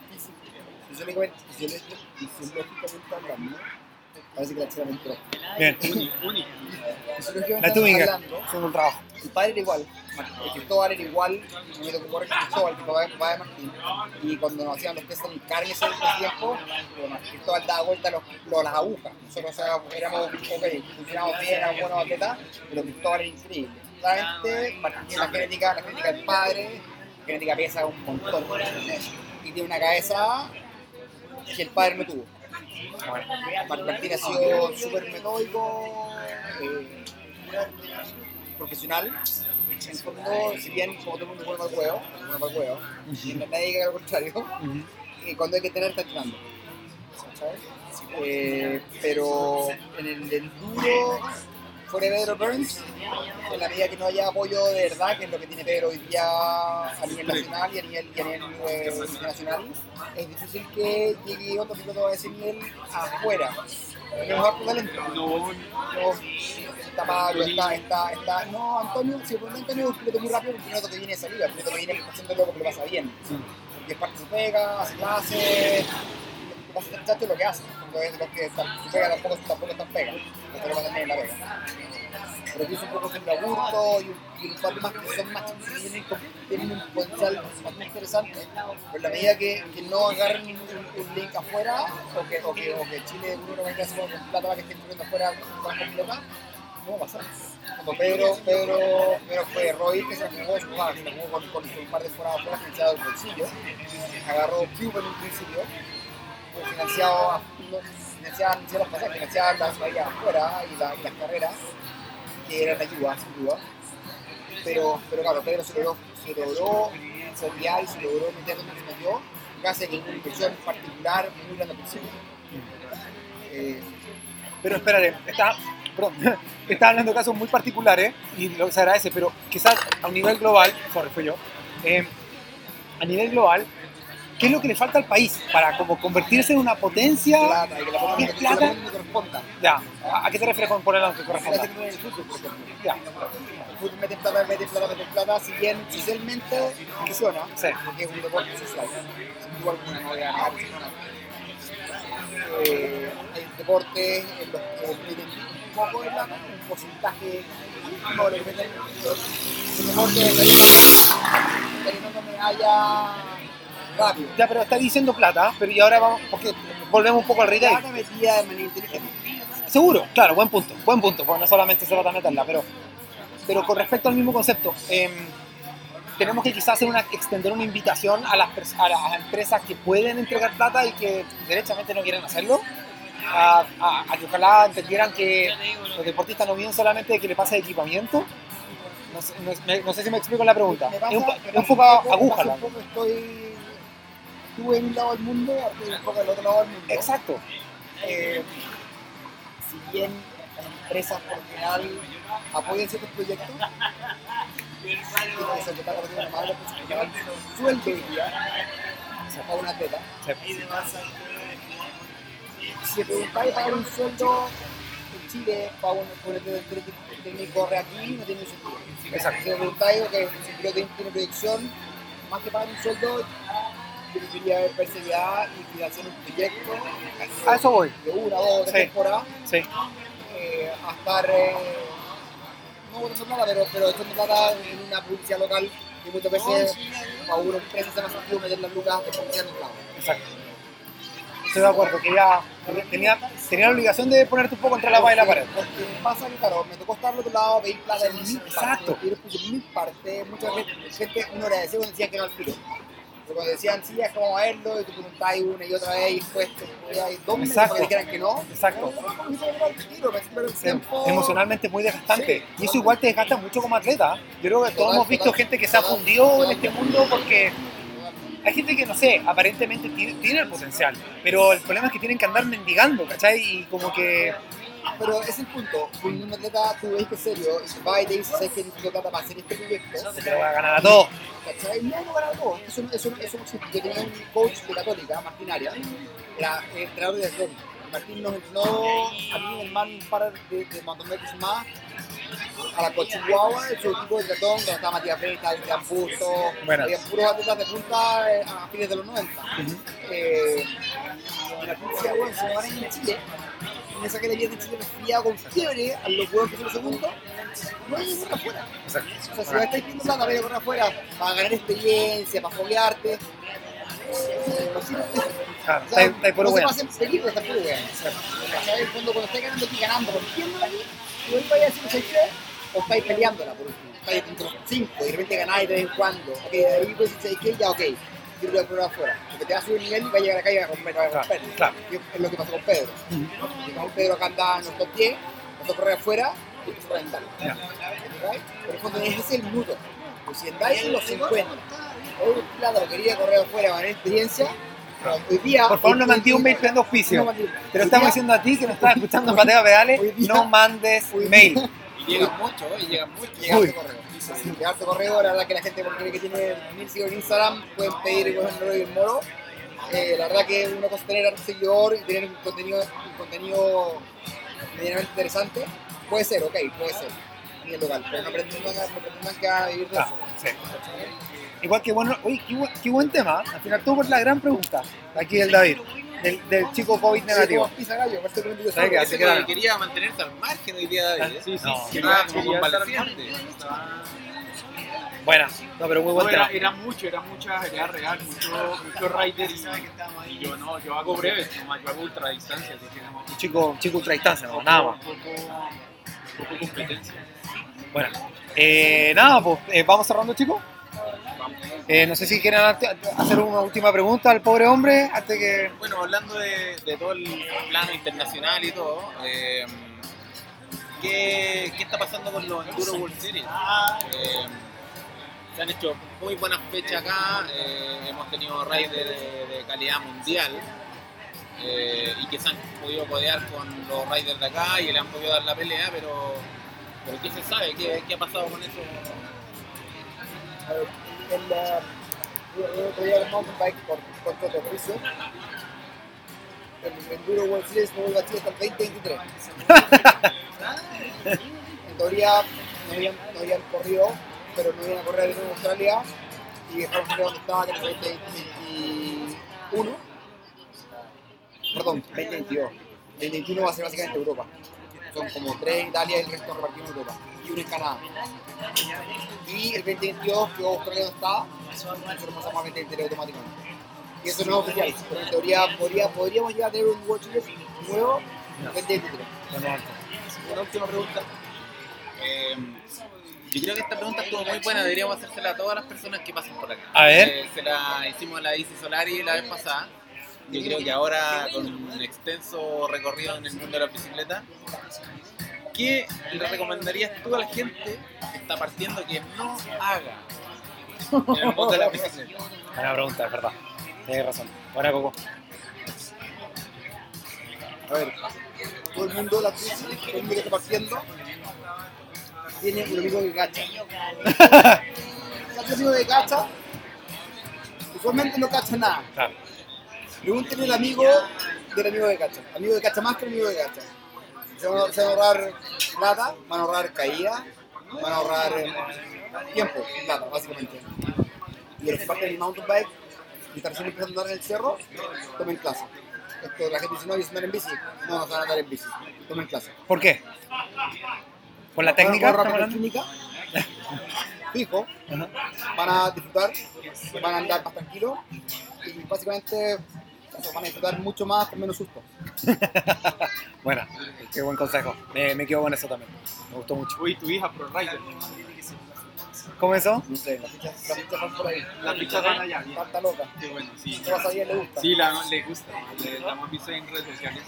fisiológicamente hablando. Parece que la chica me entró. Bien. Único. Fisiológicamente La túnica, hablando, haciendo el trabajo. el padre era igual, Cristóbal era igual, me tocó correr con Cristóbal, que papá de Martín. Y cuando nos hacían los test en carne ese tiempo, bueno, Cristóbal daba vuelta las agujas. Nosotros éramos, funcionábamos bien, éramos buenos atletas, pero Cristóbal era increíble. Claramente, Martín tiene la genética del padre, la genética pesa un montón. Y tiene una cabeza que el padre no tuvo. Martín ha sido súper metódico, profesional. En el fondo, si bien como todo el mundo juega para el huevo, y nadie diga lo contrario, cuando hay que tener está entrenando. ¿Sabes? Pero en el enduro, fuera de Pedro Burns, en la medida que no haya apoyo de verdad, que es lo que tiene Pedro hoy día a nivel nacional y a nivel internacional, es difícil que llegue otro piloto a ese nivel afuera. Tenemos harto talento. No, Está Pablo, está. No, Antonio, si por Antonio es un piloto muy rápido, un piloto que viene de salida, un piloto que viene haciendo lo que le pasa bien. Porque es parte de su pega, hace clases, lo que pasa es lo que hace. Porque es lo que su pega tampoco es tan pega. Esto lo va a tener en la pega. Pero aquí es un poco de Aburto y un par más que son más chicos, tienen un potencial bastante interesante. Pero en la medida que no agarren un link afuera, o que Chile no venga con plata para que esté corriendo afuera con completa, no va a pasar. Como Pedro fue Roy, que se jugó con un par de forados afuera financiados del bolsillo, agarró Cube en un principio, financiaban los pasajes, financiaban las salidas afuera y las carreras, que eran ayuda, sin duda. Pero claro, Pedro se logró solidarizar y se logró meter donde se metió, gracias a una inversión particular muy grande al principio. Pero espérate, está hablando de casos muy particulares y lo que se agradece, pero quizás a un nivel global, a nivel global, ¿qué es lo que le falta al país para como convertirse en una potencia? Plata, y que la ¿Qué es plata? no corresponda. Ya, ¿a qué te refieres con ponerlo que La corresponda? gente en el fútbol, por ejemplo. Ya, El fútbol mete plata, si bien socialmente funciona, sí. porque es un deporte social. Sin duda alguna no voy a ganar. Hay deportes en los que meten un poco de plata, un porcentaje no le meten un deporte de ganando medalla rápido. Ya, pero está diciendo plata, pero y ahora vamos, porque volvemos un poco al retail. Plata metida de manera inteligente. Seguro, claro, buen punto, porque no solamente se trata de meterla, pero con respecto al mismo concepto, tenemos que quizás extender una invitación a las empresas que pueden entregar plata y que derechamente no quieren hacerlo, a que ojalá entendieran que los deportistas no viven solamente de que le pase equipamiento. No sé si me explico la pregunta. Es un poco aguja. Estuve en un lado del mundo, ahora estoy un poco del otro lado del mundo. Exacto. Si bien las empresas por lo general apoyan ciertos proyectos, tiene que ser total una madre que llevan un sueldo hoy día a un atleta. Si le preguntáis pagar un sueldo en Chile para un técnico reactivo, no tiene sentido. Exacto. Si le preguntáis que si el piloto tiene proyección, más que pagar un sueldo, debería haber perseveridad y financiar un proyecto. A eso voy. De una, dos, tres temporadas. Sí. A estar, no botando plata, pero echando plata en una publicidad local y muchas veces para una empresa se me ha sentido meter las lucas que están haciendo claro. Exacto. Estoy de acuerdo, que ya tenía la obligación de ponerte un poco entre la pared y la pared. Lo que pasa es que, claro, me tocó estar al otro lado, pedir plata en mil partes. Exacto. Yo les puse mil partes, mucha gente uno agradecía cuando decían que no al tiro. Pero cuando decían, sí, es como a verlo, y tú preguntabas una y otra vez, y después te ibas dos meses para que dijeran que no. Exacto. El tiempo. Emocionalmente muy desgastante. Sí. Y eso igual te desgasta mucho como atleta. Yo creo que todos hemos visto gente que se ha fundido en este mundo porque hay gente que, no sé, aparentemente tiene el potencial, pero el problema es que tienen que andar mendigando, ¿cachai? Y como que... Pero ese es el punto. Cuando un atleta tú ves que es serio y va y te dice, ¿sabes qué necesito plata para hacer este proyecto? Se te lo voy a ganar a todos. ¿Cachai? No ganar a todos. Eso no existe. Yo tenía un coach de Católica, Martín Arias, era entrenador de Ron. Martín nos entrenó a mí, mi hermano, un par de montón de veces más a la Cochihuahua, el subtipo de tratón, donde estaba Matías Breta, Adrián Busto, Buenas. había puros atletas de punta a fines de los 90. La policía, bueno, se van en Chile, en esa categoría de Chile resfriado con fiebre, a los huevos que son los segundos, no hay ninguna afuera. O sea, si me estáis pidiendo plata para ir a correr afuera, para ganar experiencia, para foguearte, no sirve. Claro, O sea, está ahí por no se bueno. pasen peligro esta pura, weón. O sea, cuando estáis ganando aquí, ganando, rompiéndola aquí, no vais a decir, ¿sabes qué? O estáis peleándola por último. Estáis entre los 5 y de repente ganáis de vez en cuando. Ok, ahí pues ¿sabes qué? Ya, ok. Quiero ir a probar afuera. Porque te va a subir el nivel y va a llegar acá y va a romper. Claro. Es lo que pasó con Pedro. Con Pedro acá andaba en los top 10, empezó a correr afuera y empezó a calentar. Ya. Pero en el fondo ese es el minuto. Pues si andáis en los 50, hoy claro, quería correr afuera, ganar experiencia. Hoy día, Por favor, no mantenga un mail pidiendo auspicio. Te lo estamos diciendo a ti que nos estás escuchando Pateo Pedales. hoy día- No mandes hoy día- mail. Y llegan mucho, y llegan mucho. Llegaste correo. Llegaste correo, la verdad que la gente porque que tiene 1000 seguidores en Instagram pueden pedir con el Noro y el Moro. La verdad que una cosa es tener un seguidor y tener un contenido medianamente interesante. Puede ser, ok, puede ser. Ni el local, pero no pretendan que va a vivir de eso. Sí. Igual que bueno, oye, qué buen tema. Al final todo por la gran pregunta aquí del David, del chico COVID negativo. Sí, pisa gallo, parece que no ¿Sabes qué? Así Ese que nada. que quería mantenerse al margen hoy día, David. Sí, sí, No. Estaba como convaleciente. Buena, no, pero muy buen No, tema. era mucha agilidad real, mucho rider y yo hago breves, nomás yo hago ultra distancia, así que no, Chico ultra distancia, no, nada más. poco competencia. Bueno, nada, pues vamos cerrando, chicos. No sé si quieren hacer una última pregunta al pobre hombre antes que. Bueno, hablando de todo el plano internacional y todo, ¿qué está pasando con los Enduro World Series? Se han hecho muy buenas fechas acá, hemos tenido riders de calidad mundial y que se han podido codear con los riders de acá y le han podido dar la pelea, pero ¿qué se sabe? ¿Qué ha pasado con eso? El otro día el mountain bike por todo el juicio. El Enduro World Series no vuelve a Chile hasta el 2023. En teoría no habían corrido, pero no iban a correr en Australia y dejaron de donde estaba en el 2021. Perdón, 2022. El 2021 va a ser básicamente Europa. Son como 3 en Italia y el resto repartido en Europa. Y uno en Canadá. Y el 2022 que Australia no estaba, nosotros pasamos al 2023 automáticamente. Y eso no es oficial, pero en teoría podríamos llegar a tener un World Series nuevo en 2023. Una última pregunta. Yo creo que esta pregunta estuvo muy buena, deberíamos hacérsela a todas las personas que pasan por acá. A ver. Se la hicimos a la Isi Solari la vez pasada. Yo creo que ahora, con un extenso recorrido en el mundo de la bicicleta, ¿qué le recomendarías tú a la gente que está partiendo que no haga en el mundo de la bicicleta? Buena pregunta, es verdad. Tienes razón. Buena, Coco. A ver, todo el mundo de la crisis, todo el mundo que está partiendo, tiene un amigo que gacha. Un amigo que gacha, usualmente no cacha nada. Claro. Pregúntenle al amigo del amigo de cacha. Amigo de cacha más que el amigo de cacha. Se van a ahorrar plata, van a ahorrar caída, van a ahorrar tiempo y plata, básicamente. Y los que parten del mountain bike y están recién empezando a andar en el cerro, tomen clase. La gente dice, no, yo sé andar en bici. No se van a andar en bici. Tomen clase. ¿Por qué? ¿Por la técnica? Van a ¿Estamos ahorrar hablando? química, fijo, Ajá. van a disfrutar, van a andar más tranquilos y básicamente eso, van a disfrutar mucho más con menos susto. Buena, qué buen consejo. Me quedo con eso también. Me gustó mucho. Uy, tu hija, Pro Rider. ¿Cómo eso? No sé, las fichas van por ahí. Las fichas van allá, bien. Está loca. Qué bueno, sí. ¿Qué pasa a ella? ¿Le gusta? Sí, le gusta. La hemos visto en redes sociales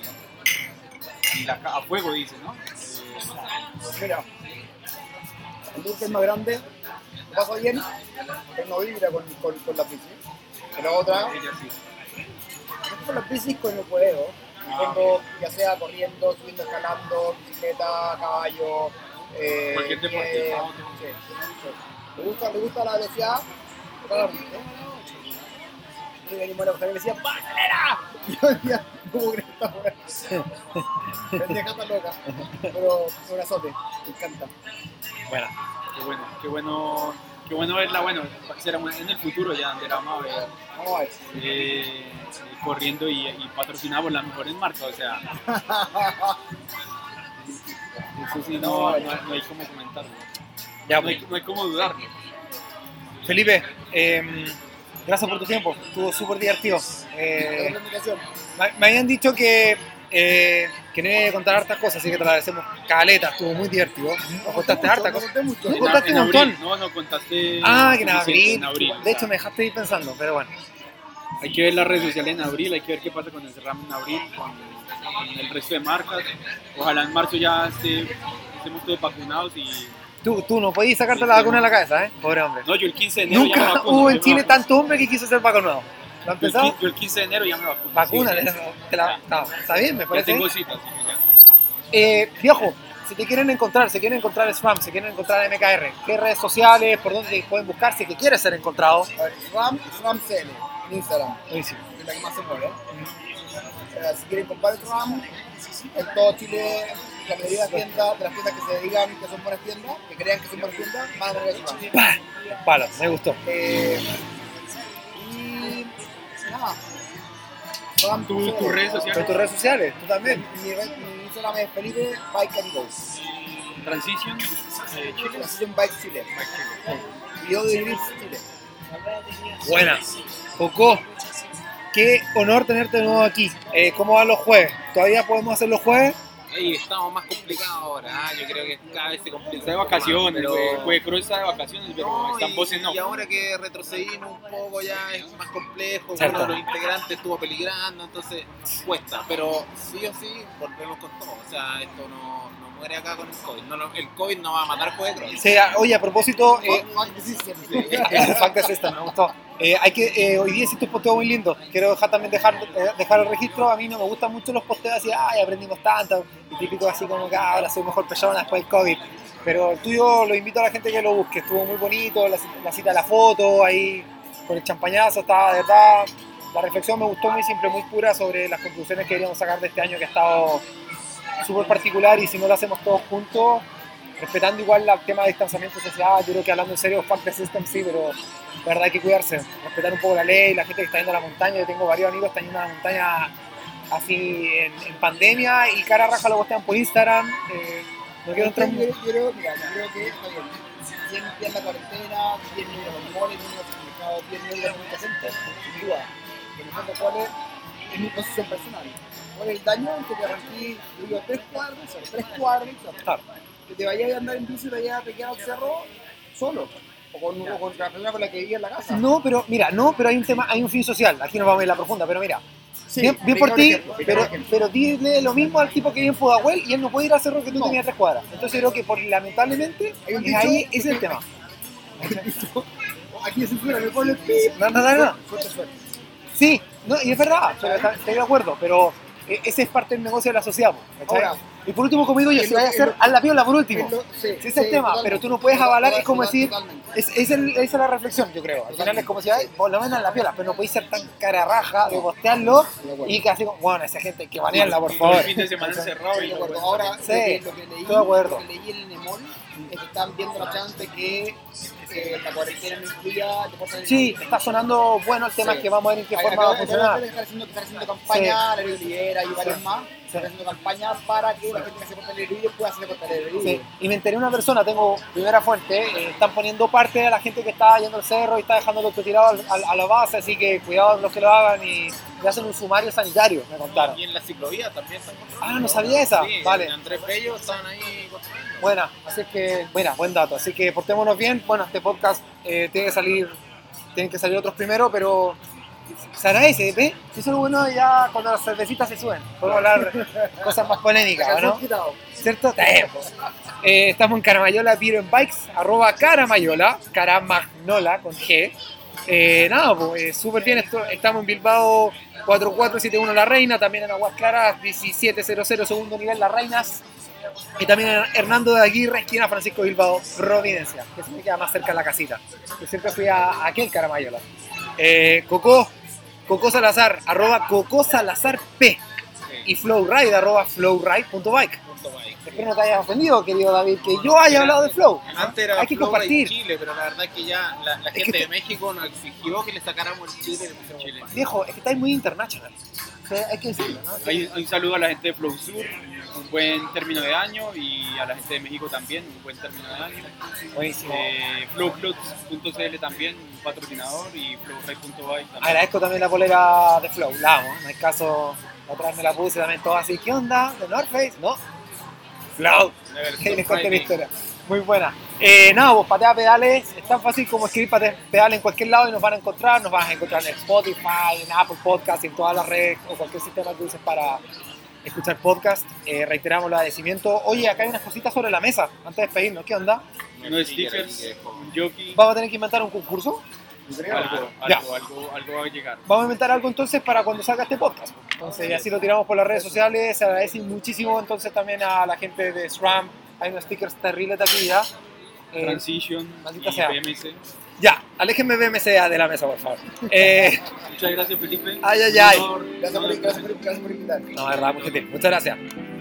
y a fuego dice, ¿no? Mira, el dulce es más grande, lo pasa bien, pero no vibra con la bici. Pero otra, Ella sí. es con las bicis con el juego. En el fondo, ya sea corriendo, subiendo, escalando, bicicleta, caballo, Cualquier deporte, moto. sí, sí. ¿Le gusta la velocidad? Claramente. Y venimos a la mujer y me decía, ¡acelera! Y yo decía, cómo crees que está por ahí. Pendeja está loca. Pero un azote, me encanta. Bueno, qué bueno verla, bueno, será en el futuro ya, donde la vamos a ver Vamos a ver. corriendo y patrocinada por las mejores marcas, o sea, eso sí, no hay como comentarlo, ya, no hay como dudarlo. Felipe, gracias por tu tiempo, estuvo súper divertido. La comunicación. Me habían dicho que no iba a contar hartas cosas, así que te agradecemos. Caleta, estuvo muy divertido. Nos contaste hartas cosas. mucho. No contaste un abril, montón. no contaste. Ah, que en suficiente abril. o De hecho, sea, me dejaste ir pensando, pero bueno. hay que ver las redes sociales en abril, hay que ver qué pasa con el Cerramos en abril, con el resto de marcas. Ojalá en marzo ya estemos todos vacunados y. Tú no podías sacarte la vacuna de la cabeza, ¿eh? Pobre hombre. No, yo el 15 de enero ya me Nunca vacuno. hubo yo en me Chile vacuno. tanto hombre que quiso ser vacunado. ¿Lo han pensado? Yo el 15 de enero ya me vacuno. Vacuna, sí. está bien, me Ya parece. tengo citas, así que ya. Viejo, si te quieren encontrar, si quieren encontrar SRAM, si quieren encontrar MKR, ¿qué redes sociales, por dónde te pueden buscar si que quieres ser encontrado? A ver, SRAM.cl en Instagram, Buenísimo. es la que más se mueve. Si quieren comprar el SRAM, en todo Chile, la mayoría de las tiendas que se digan que son buenas tiendas, que crean que son buenas tiendas, van a tener el SRAM. ¡Pah! Palo, me gustó. Y nada. SRAM, ¿Tus redes ¿Pero sociales? tus redes sociales? ¿Tú también? Mi Instagram es Felipe Bike and Go. Transition, Chile. Transition Bike Chile. Y yo de Grips Chile. Buena. Coco, qué honor tenerte de nuevo aquí. ¿Cómo van los jueves? ¿Todavía podemos hacer los jueves? Ahí estamos más complicados ahora. Yo creo que cada vez se complica. Está de vacaciones, pero... güey. Cruz está de vacaciones, pero No, están voces no. y ahora que retrocedimos un poco ya es más complejo, Cierto. uno de los integrantes estuvo peligrando, entonces cuesta, pero sí o sí volvemos con todo, o sea, esto no muere acá con el COVID, el COVID no va a matar juegos. Sí, oye, a propósito, Sí. Fact System, me gustó. Hoy día hiciste un posteo muy lindo. Quiero dejar también dejar el registro. A mí no me gustan mucho los posteos así, ay, aprendimos tanto. Y típico así como que ahora soy mejor persona después del COVID. Pero el tuyo lo invito a la gente que lo busque. Estuvo muy bonito, la cita de la foto, ahí con el champañazo, estaba de verdad. La reflexión me gustó muy simple, muy pura sobre las conclusiones que queríamos sacar de este año que ha estado súper particular y si no lo hacemos todos juntos, respetando igual el tema de distanciamiento social, yo creo que hablando en serio, Fact System sí, pero la verdad hay que cuidarse, respetar un poco la ley, la gente que está yendo a la montaña, yo tengo varios amigos que están yendo a la montaña así en pandemia y cara raja lo postean por Instagram, no quiero entrar Yo creo que está bien. Bien, bien la cuarentena, bien los moles, bien los supermercados, bien la comunicación, sin duda. En el fondo, ¿cuál es mi posición personal? ¿Cuál es el daño que te arranqué, yo digo, 3 cuadros, que te vayas a andar en bici y te vayas a pequear al cerro solo? O con la persona con la que vivía en la casa. No, pero mira, pero hay un tema, hay un fin social, aquí nos vamos a ir a la profunda, pero mira, Sí, bien por ti, pequeño ejemplo. pero dile lo mismo al tipo que vive en Pudahuel y él no puede ir al cerro que tú No. tenías 3 cuadras. Entonces creo que lamentablemente, Hay un es ahí dicho ese es el tema. Aquí se fuera, me pone el pip. No. Suerte. Sí, no, y es verdad, estoy de acuerdo, pero ese es parte del negocio de la sociedad, ¿cachai? Ahora, Y por último, como digo yo, es si lo- vas a es hacer, lo- haz la piola por último. Sí, Ese es el tema, totalmente. pero tú no puedes avalar, es como decir, Totalmente. esa es la reflexión, yo creo. Al final es como si, ay, por lo menos en la piola, pero no podéis ser tan cara raja de postearlo y que así como, bueno, esa gente hay que banearla, por favor. El fin de semana encerrado y Estoy de no acuerdo. puedes Ahora, Sí, lo que leí, estoy de acuerdo. lo que leí en el Nemol es que están viendo la chance de que la cuarentena no incluya deportes en Sí, está sonando bueno el tema, Sí. es que vamos a ver en qué Hay- forma va a hay- funcionar. Están haciendo campaña, la Libera y varios más. Sí. Están haciendo campañas para que la gente que se porta libre pueda hacer portar libre. Sí, y me enteré de una persona, tengo primera fuente, están poniendo parte de la gente que está yendo al cerro y está dejando el auto tirado a la base, así que cuidado los que lo hagan y le hacen un sumario sanitario, me contaron. Y en la ciclovía también están controlando. Ah, no sabía esa. Sí, Vale. en Andrés Bello estaban ahí controlando. Buena, así que, buen dato, así que portémonos bien, bueno, este podcast tienen que salir otros primero, pero se agradece, ¿ves? Eso es lo bueno ya cuando las cervecitas se suben, podemos hablar cosas más polémicas, ¿o no? ¿Cierto? Está bien, pues. Estamos en Caramayola Beer and Bikes, @Caramayola, Caramagnola con G. Nada, pues súper bien, estamos en Bilbao 4471 La Reina, también en Aguas Claras 1700 segundo nivel Las Reinas. Y también en Hernando de Aguirre, esquina Francisco Bilbao, Providencia, que se me queda más cerca de la casita. Yo siempre fui a aquel Caramayola. Coco Salazar, @Coco Salazar P. y Flowride, @flowride.bike. Punto bike. Espero no te hayas ofendido, querido David, que yo haya hablado de Flow. Antes era Hay que Flow compartir. Ride Chile, pero la verdad es que ya la que gente de México nos exigió que le sacáramos el Chile. Chile. Viejo, es que estáis muy internacional. O sea, hay que decirlo, ¿no? Hay un saludo a la gente de Flow Sur, un buen término de año, y a la gente de México también, un buen término de año. Buenísimo. Flowclubs.cl también, un patrocinador, y Flowride.bike también. Agradezco también la polera de Flow, la amo. No hay caso, otra vez me la puse también todo así. ¿Qué onda? ¿De North Face? No. Flow. Que les conté la historia. Muy buena. Nada, vos patea pedales, es tan fácil como escribir patea pedales en cualquier lado y nos van a encontrar. Nos vas a encontrar en Spotify, en Apple Podcast, en todas las redes o cualquier sistema que uses para escuchar podcast. Reiteramos el agradecimiento. Oye, acá hay unas cositas sobre la mesa antes de despedirnos. ¿Qué onda? Unos stickers, un jockey, ¿Vamos a tener que inventar un concurso? Ya. algo va a llegar. Vamos a inventar algo entonces para cuando salga este podcast. Entonces, y así lo tiramos por las redes sociales. Se agradece muchísimo entonces también a la gente de SRAM. Hay unos stickers terribles de aquí ya. Transition maldita y sea. BMC. Ya, aléjenme BMC de la mesa, por favor. Muchas gracias, Felipe. Ay, ay, ay. Un honor. Gracias por invitar. No, de verdad, muchas gracias.